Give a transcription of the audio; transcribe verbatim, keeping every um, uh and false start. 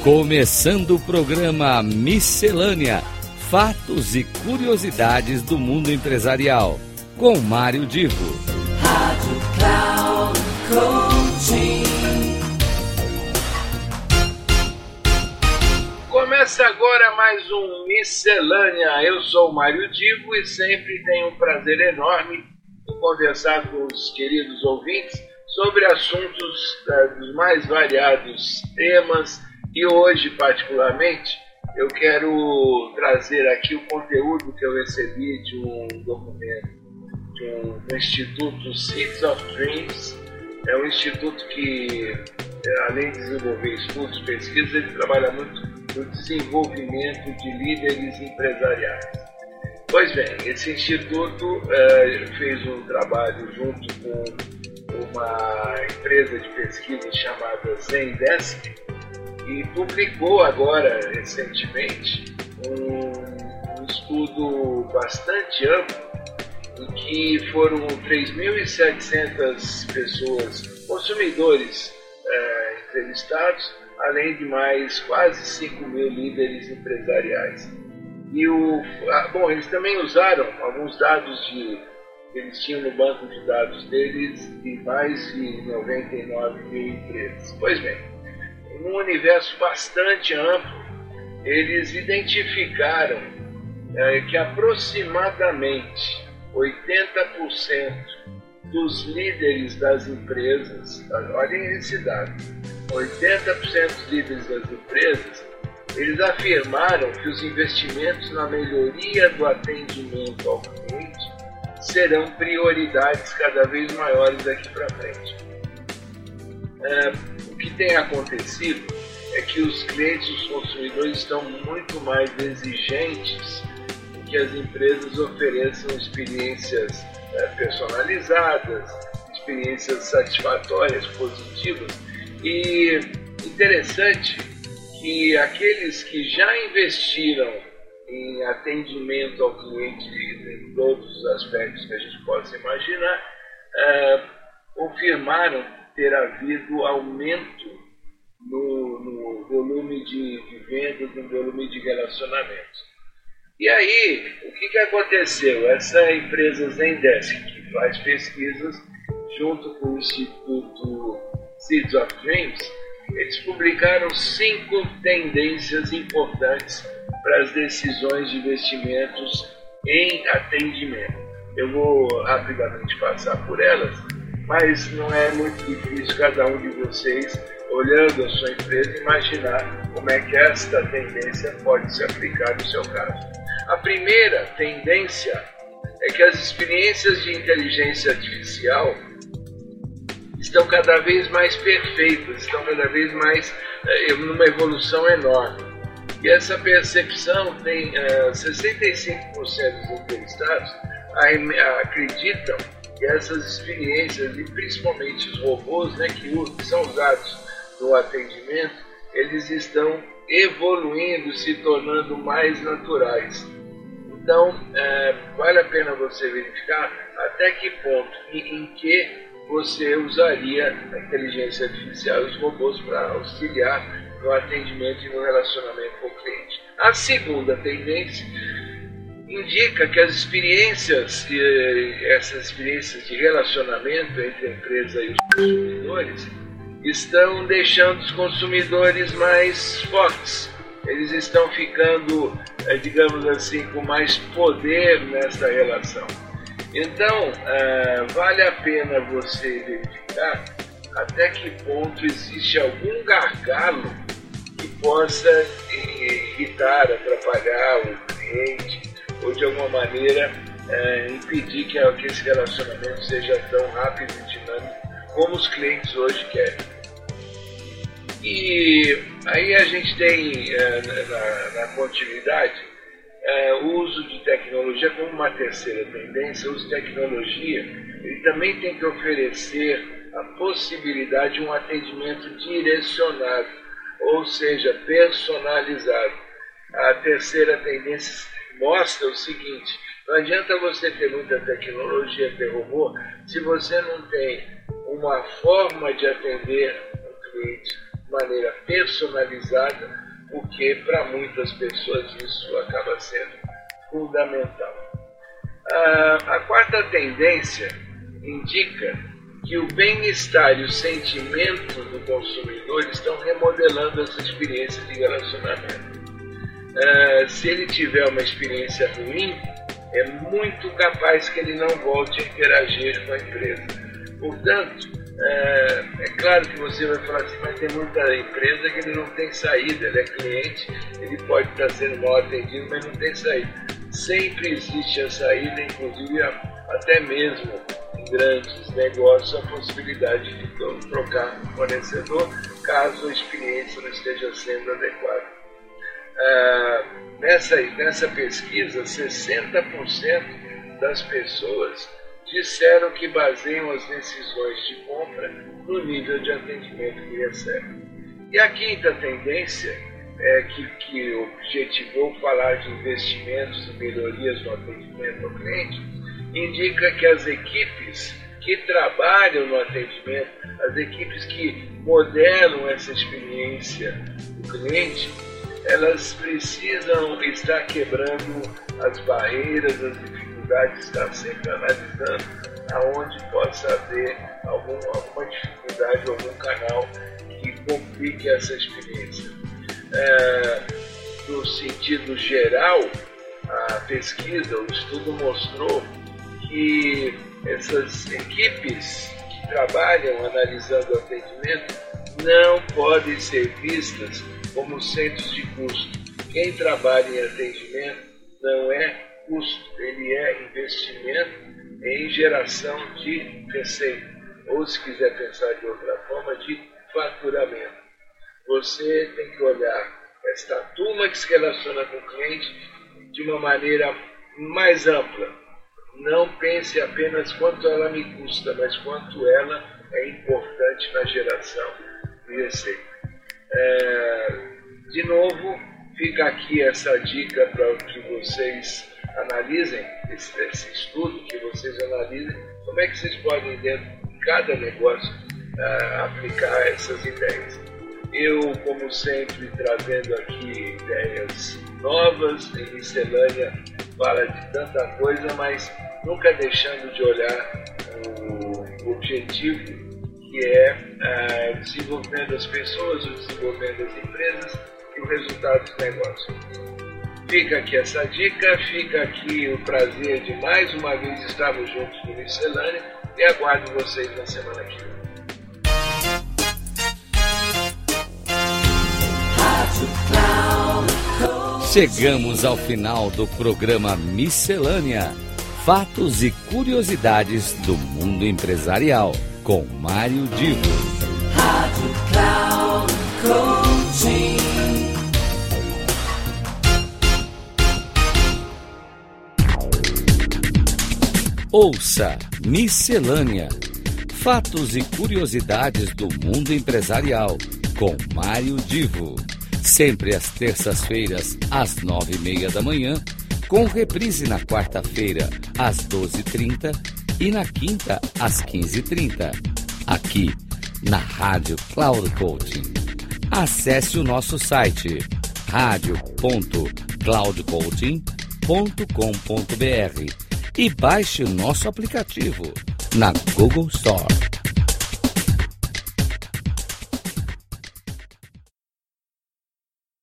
Começando o programa Miscelânea: Fatos e Curiosidades do Mundo Empresarial, com Mário Divo. Rádio Cloud Coaching. Começa agora mais um Miscelânea. Eu sou o Mário Divo e sempre tenho um prazer enorme em conversar com os queridos ouvintes sobre assuntos uh, dos mais variados temas. E hoje, particularmente, eu quero trazer aqui o conteúdo que eu recebi de um documento de um, do Instituto Seeds of Dreams. É um instituto que, além de desenvolver estudos, pesquisas, ele trabalha muito no desenvolvimento de líderes empresariais. Pois bem, esse instituto eh, fez um trabalho junto com uma empresa de pesquisa chamada Zendesk e publicou agora, recentemente, um, um estudo bastante amplo em que foram três mil e setecentas pessoas, consumidores eh, entrevistados, além de mais quase cinco mil líderes empresariais. E o, ah, bom, eles também usaram alguns dados de, que eles tinham no banco de dados deles de mais de noventa e nove mil empresas. Pois bem, num universo bastante amplo, eles identificaram é, que aproximadamente oitenta por cento dos líderes das empresas, olhem esse dado, oitenta por cento dos líderes das empresas, eles afirmaram que os investimentos na melhoria do atendimento ao cliente serão prioridades cada vez maiores daqui para frente. É, o que tem acontecido é que os clientes, os consumidores estão muito mais exigentes em que as empresas ofereçam experiências é, personalizadas, experiências satisfatórias, positivas. E interessante que aqueles que já investiram em atendimento ao cliente em todos os aspectos que a gente possa imaginar, é, confirmaram ter havido aumento no, no volume de, de vendas, no volume de relacionamentos. E aí, o que, que aconteceu? Essa empresa Zendesk, que faz pesquisas junto com o Instituto Seeds of Dreams, eles publicaram cinco tendências importantes para as decisões de investimentos em atendimento. Eu vou rapidamente passar por elas, mas não é muito difícil cada um de vocês, olhando a sua empresa, imaginar como é que esta tendência pode se aplicar no seu caso. A primeira tendência é que as experiências de inteligência artificial estão cada vez mais perfeitas, estão cada vez mais eh, numa evolução enorme. E essa percepção tem eh, sessenta e cinco por cento dos entrevistados acreditam que essas experiências, e principalmente os robôs, né, que, que são usados no atendimento, eles estão evoluindo, se tornando mais naturais. Então, eh, vale a pena você verificar até que ponto e em que você usaria a inteligência artificial e os robôs para auxiliar no atendimento e no relacionamento com o cliente. A segunda tendência indica que as experiências, essas experiências de relacionamento entre a empresa e os consumidores, estão deixando os consumidores mais fortes. Eles estão ficando, digamos assim, com mais poder nessa relação. Então, uh, vale a pena você verificar até que ponto existe algum gargalo que possa irritar, atrapalhar o cliente ou de alguma maneira uh, impedir que, que esse relacionamento seja tão rápido e dinâmico como os clientes hoje querem. E aí a gente tem uh, na, na continuidade Uh, o uso de tecnologia como uma terceira tendência. O uso de tecnologia, ele também tem que oferecer a possibilidade de um atendimento direcionado, ou seja, personalizado. A terceira tendência mostra o seguinte: não adianta você ter muita tecnologia, ter robô, se você não tem uma forma de atender o cliente maneira personalizada, porque para muitas pessoas isso acaba sendo fundamental. A, a quarta tendência indica que o bem-estar e o sentimento do consumidor estão remodelando essa experiência de relacionamento. Uh, se ele tiver uma experiência ruim, é muito capaz que ele não volte a interagir com a empresa. Portanto, uh, é claro que você vai falar assim, mas tem muita empresa que ele não tem saída, ele é cliente, ele pode estar sendo mal atendido, mas não tem saída. Sempre existe a saída, inclusive até mesmo em grandes negócios, a possibilidade de trocar o fornecedor, caso a experiência não esteja sendo adequada. Ah, nessa, nessa pesquisa, sessenta por cento das pessoas disseram que baseiam as decisões de compra no nível de atendimento que recebem. E a quinta tendência, é, que, que objetivou falar de investimentos e melhorias no atendimento ao cliente, indica que as equipes que trabalham no atendimento, as equipes que modelam essa experiência do cliente, elas precisam estar quebrando as barreiras, as dificuldades, estar sempre analisando aonde possa haver algum, alguma dificuldade, algum canal que complique essa experiência. É, no sentido geral, a pesquisa, o estudo mostrou que essas equipes que trabalham analisando o atendimento não podem ser vistas como centros de custo. Quem trabalha em atendimento não é custo, ele é investimento em geração de receita, ou se quiser pensar de outra forma, de faturamento. Você tem que olhar esta turma que se relaciona com o cliente de uma maneira mais ampla. Não pense apenas quanto ela me custa, mas quanto ela é importante na geração de receita. É, de novo, fica aqui essa dica para que vocês analisem, esse, esse estudo, que vocês analisem como é que vocês podem, dentro de cada negócio, uh, aplicar essas ideias. Eu, como sempre, trazendo aqui ideias novas, em miscelânea fala de tanta coisa, mas nunca deixando de olhar o objetivo, que é uh, desenvolvendo as pessoas, o desenvolvendo as empresas e o resultado dos negócios. Fica aqui essa dica, fica aqui o prazer de mais uma vez estarmos juntos no Miscelânea e aguardo vocês na semana que vem. Chegamos ao final do programa Miscelânea: Fatos e Curiosidades do Mundo Empresarial, com Mário Divo. Rádio Cloud Coaching. Ouça Miscelânea: Fatos e Curiosidades do Mundo Empresarial, com Mário Divo. Sempre às terças-feiras, às nove e meia da manhã, com reprise na quarta-feira, às doze e trinta e na quinta, às quinze e trinta, aqui na Rádio Cloud Coaching. Acesse o nosso site rádio ponto cloud coaching ponto com ponto b r e baixe o nosso aplicativo na Google Store.